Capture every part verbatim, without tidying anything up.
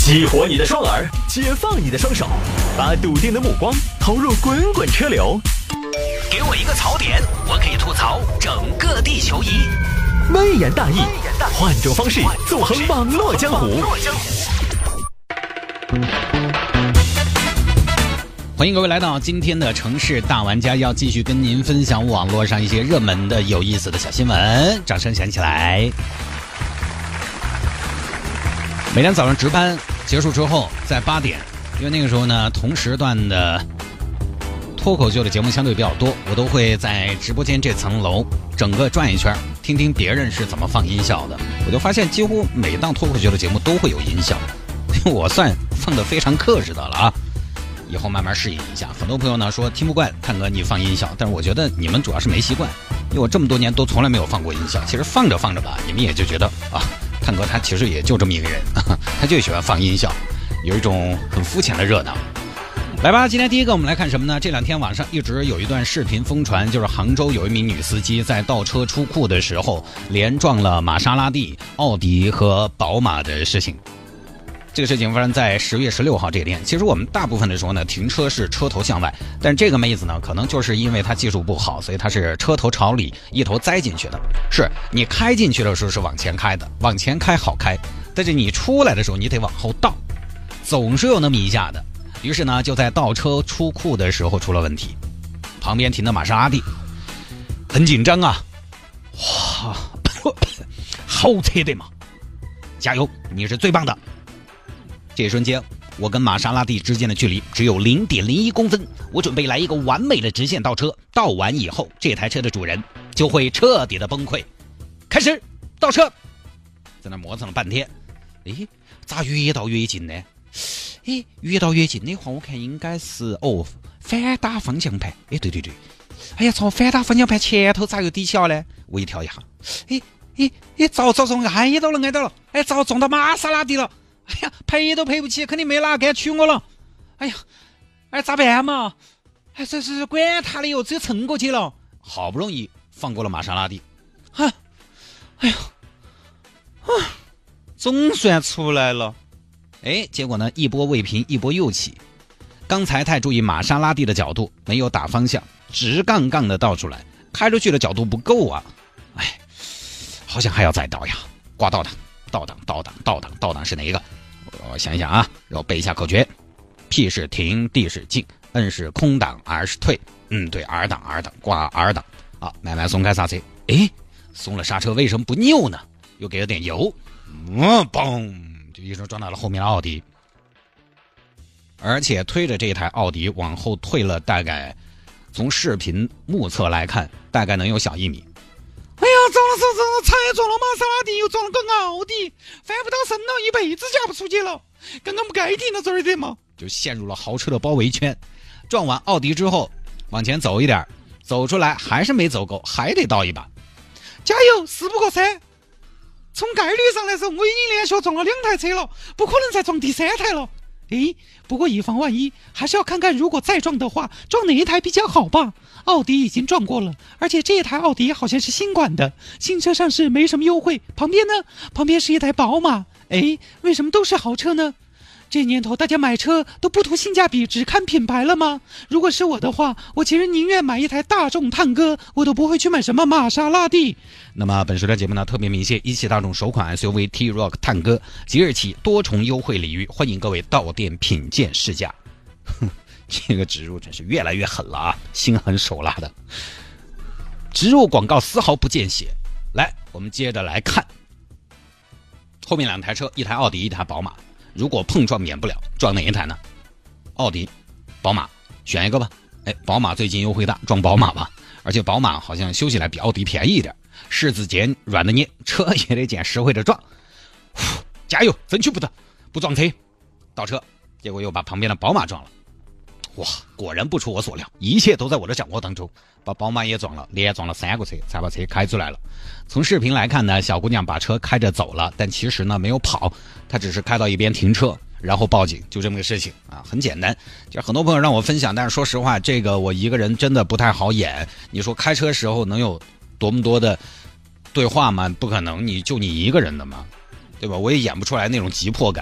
激活你的双耳，解放你的双手，把笃定的目光投入滚滚车流。 给我一个槽点，我可以吐槽整个地球仪。 微言大义，换种方式纵横网络江湖。 欢迎各位来到今天的城市大玩家，要继续跟您分享网络上一些热门的有意思的小新闻。掌声响起来！每天早上值班结束之后，在八点，因为那个时候呢，同时段的脱口秀的节目相对比较多，我都会在直播间这层楼整个转一圈，听听别人是怎么放音效的。我就发现，几乎每档脱口秀的节目都会有音效，我算放得非常克制的了啊。以后慢慢适应一下。很多朋友呢说听不惯探哥你放音效，但是我觉得你们主要是没习惯，因为我这么多年都从来没有放过音效。其实放着放着吧，你们也就觉得啊，探哥他其实也就这么一个人，他就喜欢放音效，有一种很肤浅的热闹。来吧，今天第一个我们来看什么呢？这两天网上一直有一段视频疯传，就是杭州有一名女司机在倒车出库的时候连撞了玛莎拉蒂、奥迪和宝马的事情。这个事情发生在十月十六号这天。其实我们大部分的时候呢，停车是车头向外，但这个妹子呢，可能就是因为她技术不好，所以她是车头朝里，一头栽进去的。是你开进去的时候是往前开的，往前开好开，但是你出来的时候你得往后倒，总是有那么一下的。于是呢，就在倒车出库的时候出了问题。旁边停的玛莎拉蒂很紧张啊，哇，好车的嘛，加油，你是最棒的。这一瞬间，我跟玛莎拉蒂之间的距离只有 零点零一公分，我准备来一个完美的直线倒车，倒完以后，这台车的主人就会彻底的崩溃。开始倒车，在那磨蹭了半天，诶，咋越倒越近呢？诶，越倒越近的话，我看应该是哦，反打方向盘。诶，对对对，哎呀，操，反打方向盘前头咋又抵消呢？我一调一下，诶诶诶，早早早，挨到了挨到了，哎，早撞到玛莎拉蒂了。哎呀，赔都赔不起，肯定没哪敢娶我了。哎呀，哎，咋办嘛？哎，这是管他的哟，只有蹭过去了。好不容易放过了玛莎拉蒂，哈，哎呀，啊，总算出来了。哎，结果呢，一波未平，一波又起。刚才太注意玛莎拉蒂的角度，没有打方向，直杠杠的倒出来，开出去的角度不够啊。哎，好像还要再倒呀，挂倒的。倒档倒档倒档倒档是哪一个？我想一想啊，然后背一下口诀 ：P 是停 ，D 是进 ，N 是空档 ，R 是退。嗯，对 ，R 档 R 档挂 R 档。好，慢慢松开刹车。诶，松了刹车为什么不扭呢？又给了点油，嗯，嘣，就一声撞到了后面的奥迪，而且推着这台奥迪往后退了大概，从视频目测来看，大概能有小一米。哎呀，撞了撞了，才撞了玛莎拉蒂，又撞了个奥迪，翻不到身了，一辈子嫁不出去了。刚刚不该停到这儿的嘛，就陷入了豪车的包围圈。撞完奥迪之后，往前走一点，走出来还是没走够，还得倒一把。加油，事不过三。从概率上来说，我已经连续撞了两台车了，不可能再撞第三台了。诶，不过以防万一，还是要看看如果再撞的话，撞哪一台比较好吧。奥迪已经撞过了，而且这台奥迪好像是新款的，新车上市没什么优惠。旁边呢，旁边是一台宝马。诶，为什么都是豪车呢？这年头大家买车都不图性价比，只看品牌了吗？如果是我的话，我其实宁愿买一台大众探歌，我都不会去买什么玛莎拉蒂。那么本时段节目呢，特别鸣谢一汽大众首款 S U V T-Roc 探歌，即日起多重优惠礼遇，欢迎各位到店品鉴试驾。哼，这个植入真是越来越狠了啊，心狠手辣的。植入广告丝毫不见血。来，我们接着来看后面两台车，一台奥迪，一台宝马。如果碰撞免不了，撞哪一台呢？奥迪、宝马，选一个吧。哎，宝马最近优惠大，撞宝马吧。而且宝马好像修起来比奥迪便宜一点，柿子捡软的捏，车也得捡实惠的撞。加油，争取不得，不撞车。倒车，结果又把旁边的宝马撞了。哇，果然不出我所料，一切都在我的掌握当中，把宝马也撞了，连撞了三个车，才把车开出来了。从视频来看呢，小姑娘把车开着走了，但其实呢没有跑，她只是开到一边停车，然后报警，就这么个事情啊，很简单。就是很多朋友让我分享，但是说实话，这个我一个人真的不太好演。你说开车时候能有多么多的对话吗？不可能，你就你一个人的嘛，对吧？我也演不出来那种急迫感。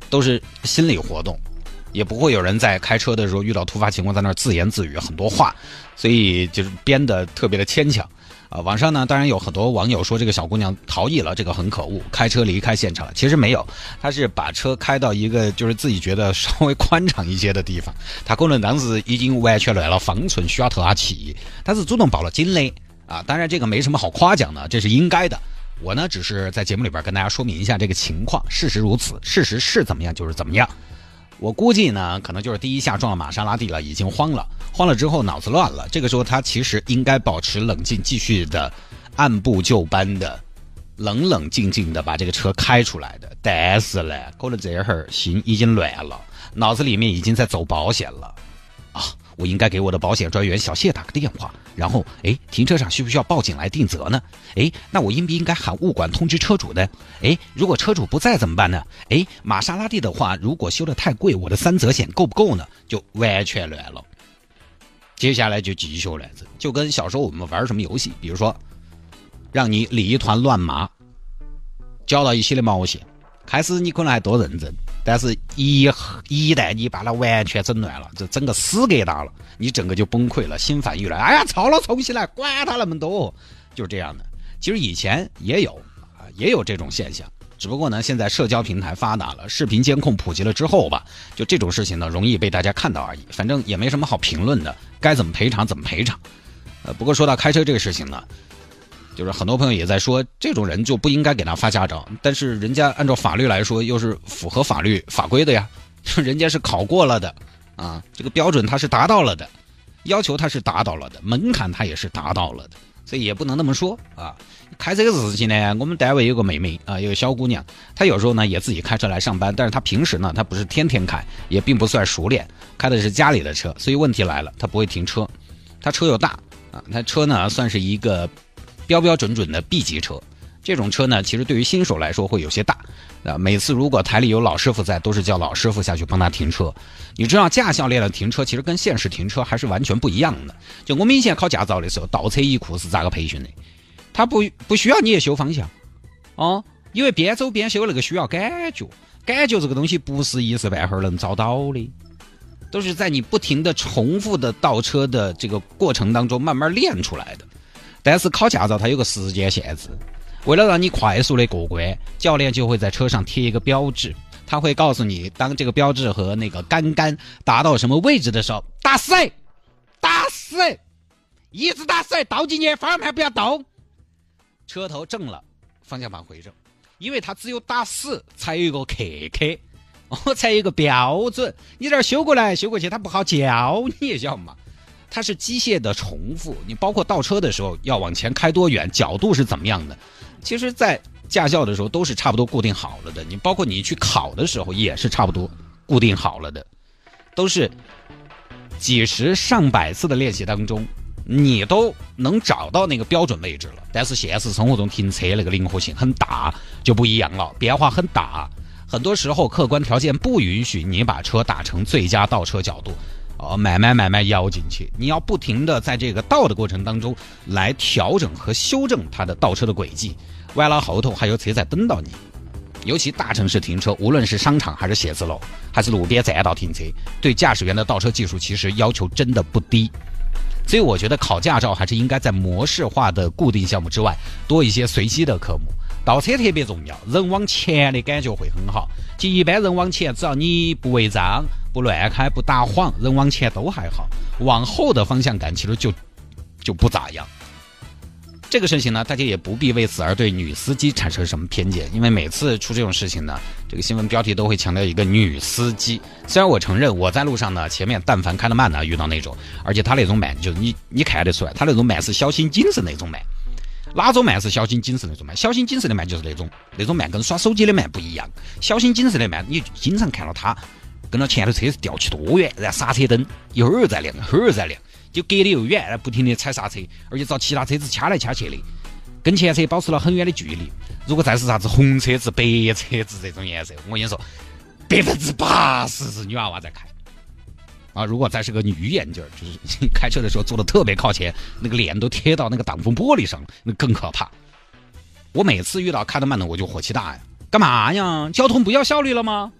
都是心理活动，也不会有人在开车的时候遇到突发情况在那儿自言自语很多话，所以就是编得特别的牵强。啊，网上呢当然有很多网友说这个小姑娘逃逸了，这个很可恶，开车离开现场了。其实没有，她是把车开到一个就是自己觉得稍微宽敞一些的地方，她可能当时已经完全乱了方寸，需要透下气，她是主动报了警的啊。当然这个没什么好夸奖的，这是应该的。我呢只是在节目里边跟大家说明一下这个情况，事实如此，事实是怎么样就是怎么样。我估计呢，可能就是第一下撞了玛莎拉蒂了，已经慌了，慌了之后脑子乱了。这个时候他其实应该保持冷静，继续的按部就班的、冷冷静静的把这个车开出来的。但是呢，可能这会儿心已经乱了，脑子里面已经在走保险了啊！我应该给我的保险专员小谢打个电话，然后哎，停车场需不需要报警来定责呢？哎，那我应不应该喊物管通知车主呢？哎，如果车主不在怎么办呢？哎，玛莎拉蒂的话，如果修得太贵，我的三责险够不够呢？就完全乱了。接下来就继续来着，就跟小时候我们玩什么游戏，比如说让你理一团乱麻，交到一系列毛线，开始你可能还多认真，但是一一旦你把它完全整乱了，这整个死疙瘩了，你整个就崩溃了，心烦意乱，哎呀，操了重新来，管他那么多，就是这样的。其实以前也有啊，也有这种现象，只不过呢，现在社交平台发达了，视频监控普及了之后吧，就这种事情呢，容易被大家看到而已。反正也没什么好评论的，该怎么赔偿怎么赔偿。呃，不过说到开车这个事情呢，就是很多朋友也在说，这种人就不应该给他发驾照，但是人家按照法律来说，又是符合法律法规的呀，人家是考过了的啊，这个标准他是达到了的，要求他是达到了的，门槛他也是达到了的。所以也不能那么说啊。开这个事情呢，我们单位有个妹妹啊，有个小姑娘，她有时候呢也自己开车来上班，但是她平时呢她不是天天开，也并不算熟练，开的是家里的车，所以问题来了，她不会停车，她车又大啊，她车呢算是一个标标准准的 B 级车，这种车呢其实对于新手来说会有些大啊。每次如果台里有老师傅在，都是叫老师傅下去帮他停车。你知道驾校练的停车其实跟现实停车还是完全不一样的。就我们以前考驾照的时候，倒车一库是咋个培训的？他不不需要你也修方向哦，因为边走边修那个需要感觉，感觉这个东西不是一时半会儿能找到的，都是在你不停的重复的倒车的这个过程当中慢慢练出来的。但是考驾照它有个时间限制，为了让你快速的过关，教练就会在车上贴一个标志，他会告诉你，当这个标志和那个杆杆达到什么位置的时候，打死，打死，一直打死，倒进去，方向盘不要动，车头正了，方向盘回正，因为它只有打死才有一个克克，哦，才有一个标准。你这修过来修过去，它不好教，你也晓得嘛？它是机械的重复，你包括倒车的时候要往前开多远，角度是怎么样的，其实在驾校的时候都是差不多固定好了的。你包括你去考的时候也是差不多固定好了的，都是几十上百次的练习当中，你都能找到那个标准位置了。但是现实生活中停车那个灵活性很大，就不一样了，变化很大。很多时候客观条件不允许你把车打成最佳倒车角度，哦，慢慢慢慢摇进去，你要不停的在这个倒的过程当中来调整和修正它的倒车的轨迹，完了后头还有车在等到你。尤其大城市停车，无论是商场还是写字楼还是路边匝道停车，对驾驶员的倒车技术其实要求真的不低。所以我觉得考驾照还是应该在模式化的固定项目之外多一些随机的科目。倒车特别重要，人往前的感觉会很好。其实一般人往前，只要你不违章不乱开不打晃，人往前都还好，往后的方向感其实就就不咋样。这个事情呢，大家也不必为此而对女司机产生什么偏见，因为每次出这种事情呢，这个新闻标题都会强调一个女司机。虽然我承认我在路上呢，前面但凡开得慢呢，遇到那种，而且他那种慢，就你你看得出来，他那种慢是小心谨慎那种慢。哪种慢是小心谨慎那种慢？小心谨慎的慢就是那种那种慢跟耍手机的慢不一样。小心谨慎的慢，你经常看到他跟到前头车是掉去多远，然后刹车灯一会儿在亮，一会儿在亮，就隔得又远，不停的踩刹车，而且找其他车子掐来掐去的，跟前车保持了很远的距离。如果再是啥子红车子、白车子这种颜色，我跟你说，百分之八十是女娃娃在开。啊，如果再是个女眼镜，就是开车的时候坐的特别靠前，那个脸都贴到那个挡风玻璃上，那更可怕。我每次遇到开得慢的，我就火气大呀！干嘛呀？交通不要效率了吗？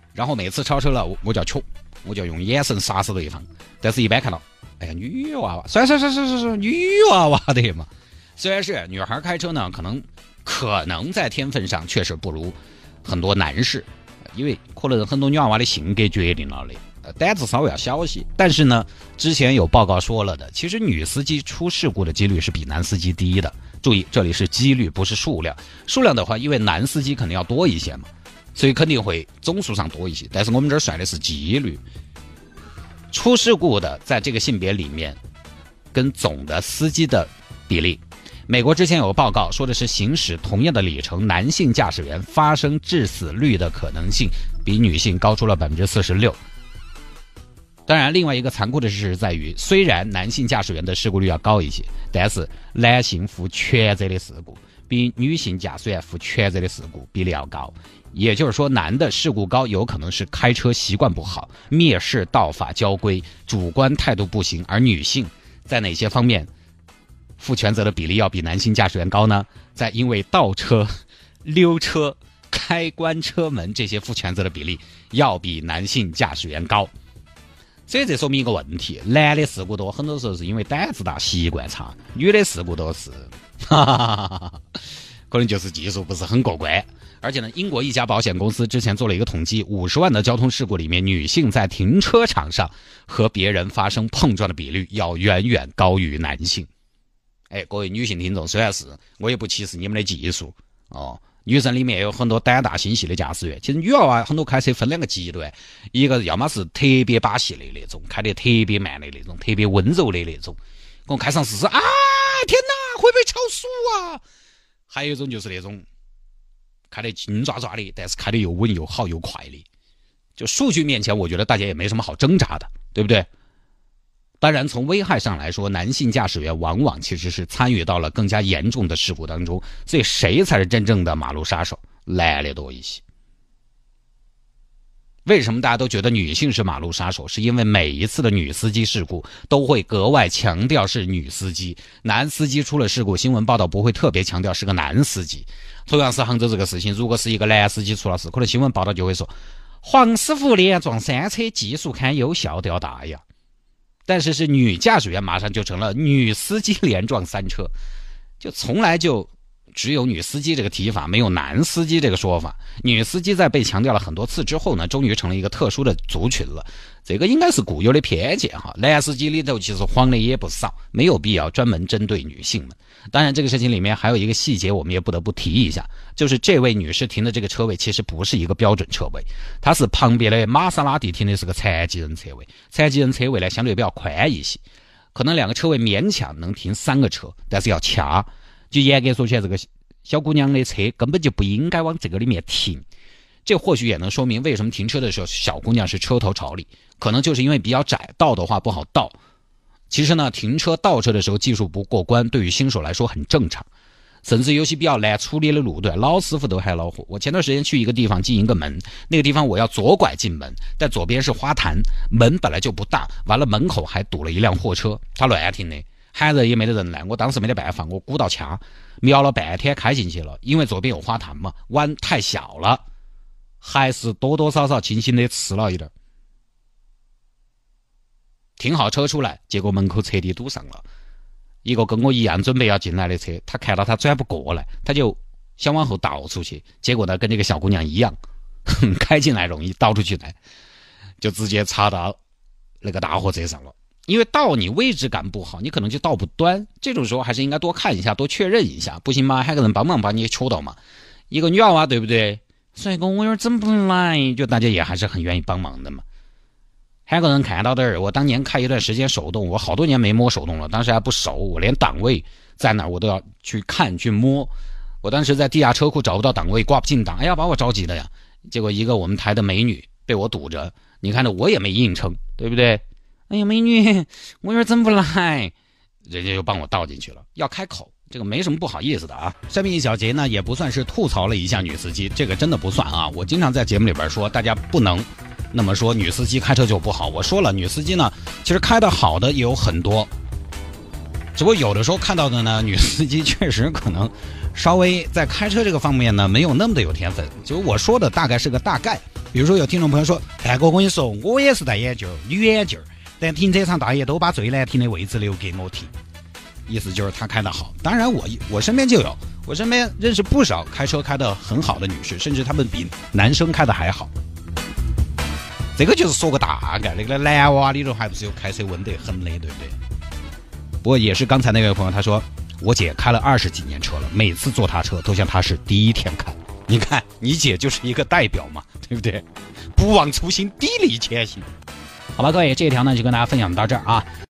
然后每次超车了，我我就要戳，我就要用眼神杀死对方。但是一般看到，哎呀，女娃娃，算算算算算算，女娃娃的嘛。虽然是女孩开车呢，可能可能在天分上确实不如很多男士，因为可能很多女娃娃的性格决定了的。胆子稍微要小些，但是呢，之前有报告说了的，其实女司机出事故的几率是比男司机低的。注意，这里是几率，不是数量。数量的话，因为男司机肯定要多一些嘛，所以肯定会总数上多一些。但是我们这儿算的是几率，出事故的在这个性别里面，跟总的司机的比例。美国之前有个报告说的是，行驶同样的里程，男性驾驶员发生致死率的可能性比女性高出了百分之四十六。当然，另外一个残酷的事实在于，虽然男性驾驶员的事故率要高一些，但是男性负全责的事故比女性驾驶员负全责的事故比例要高。也就是说，男的事故高有可能是开车习惯不好、蔑视道法交规、主观态度不行，而女性在哪些方面负全责的比例要比男性驾驶员高呢？在因为倒车、溜车、开关车门这些负全责的比例要比男性驾驶员高。所以这说明一个问题，男的事故多很多时候是因为胆子大习惯差，女的事故多是哈哈哈哈可能就是技术不是很过关。而且呢，英国一家保险公司之前做了一个统计，五十万的交通事故里面，女性在停车场上和别人发生碰撞的比率要远远高于男性。哎，各位女性听众，虽然是我也不歧视你们的技术哦，女生里面有很多胆大心细的驾驶员。其实女娃娃很多开车分两个极端，一个要么是特别把戏的那种，开得特别慢的那种，特别温柔的那种，跟我开上试试啊，天哪，会不会超速啊？还有一种就是那种开得紧抓抓的，但是开得又稳又好又快的。就数据面前，我觉得大家也没什么好挣扎的，对不对？当然，从危害上来说，男性驾驶员往往其实是参与到了更加严重的事故当中，所以谁才是真正的马路杀手？男的多一些。为什么大家都觉得女性是马路杀手？是因为每一次的女司机事故都会格外强调是女司机，男司机出了事故，新闻报道不会特别强调是个男司机。同样是杭州这个事情，如果是一个男司机出了事，可能新闻报道就会说黄师傅连撞三车，技术堪忧，笑掉大呀。但是是女驾驶员马上就成了女司机连撞三车，就从来就只有女司机这个提法，没有男司机这个说法。女司机在被强调了很多次之后呢，终于成了一个特殊的族群了。这个应该是固有的偏见哈。男司机里头其实黄的也不少，没有必要专门针对女性们。当然这个事情里面还有一个细节我们也不得不提一下，就是这位女士停的这个车位其实不是一个标准车位，它是旁边的玛莎拉蒂停的是个残疾人车位。残疾人车位呢相对比较宽一些，可能两个车位勉强能停三个车，但是要掐。就严格说起来，这个小姑娘的车根本就不应该往这个里面停。这或许也能说明为什么停车的时候小姑娘是车头朝里，可能就是因为比较窄，倒的话不好倒。其实呢，停车倒车的时候技术不过关，对于新手来说很正常，甚至有些比较难处理的路段，老师傅都还恼火。我前段时间去一个地方进一个门，那个地方我要左拐进门，但左边是花坛，门本来就不大，完了门口还堵了一辆货车，他乱停的，喊人也没得人来，我当时没得办法，我鼓捣掐，瞄了半天开进去了，因为左边有花坛嘛，弯太小了，还是多多少少轻轻的迟了一点。停好车出来，结果门口车底堵上了，一个跟我一样准备要进来的车，他看到他转不过来，他就想往后倒出去，结果呢跟这个小姑娘一样，开进来容易，倒出去来就直接插到那个大货车上了。因为倒你位置感不好，你可能就倒不端，这种时候还是应该多看一下，多确认一下，不行吗？还有个人帮忙把你戳到嘛。一个女娃娃对不对？帅哥我有点整不来，就大家也还是很愿意帮忙的嘛。还有个人看到的儿，我当年开一段时间手动，我好多年没摸手动了，当时还不熟，我连档位在哪我都要去看去摸。我当时在地下车库找不到档位，挂不进档，哎呀把我着急的呀。结果一个我们台的美女被我堵着，你看着我也没硬撑，对不对？哎呀美女我有点整不来，人家就帮我倒进去了，要开口这个没什么不好意思的啊。下面一小节呢也不算是吐槽了一下女司机，这个真的不算啊。我经常在节目里边说大家不能那么说女司机开车就不好，我说了女司机呢其实开得好的也有很多，只不过有的时候看到的呢女司机确实可能稍微在开车这个方面呢没有那么的有天分，就我说的大概是个大概。 比如说有听众朋友说，大哥，我跟你说，我也是戴眼镜，女眼镜，但停车场大爷都把最难停的位置留给我停，意思就是他开得好。当然我我身边就有，我身边认识不少开车开得很好的女士，甚至他们比男生开得还好。这个就是说个大概，那个男娃里头还不是有开车问得很的，对不对？不过也是刚才那位朋友他说，我姐开了二十几年车了，每次坐她车都像她是第一天开。你看你姐就是一个代表嘛，对不对？不忘初心，砥砺前行。好吧，各位，这一条呢就跟大家分享到这儿啊。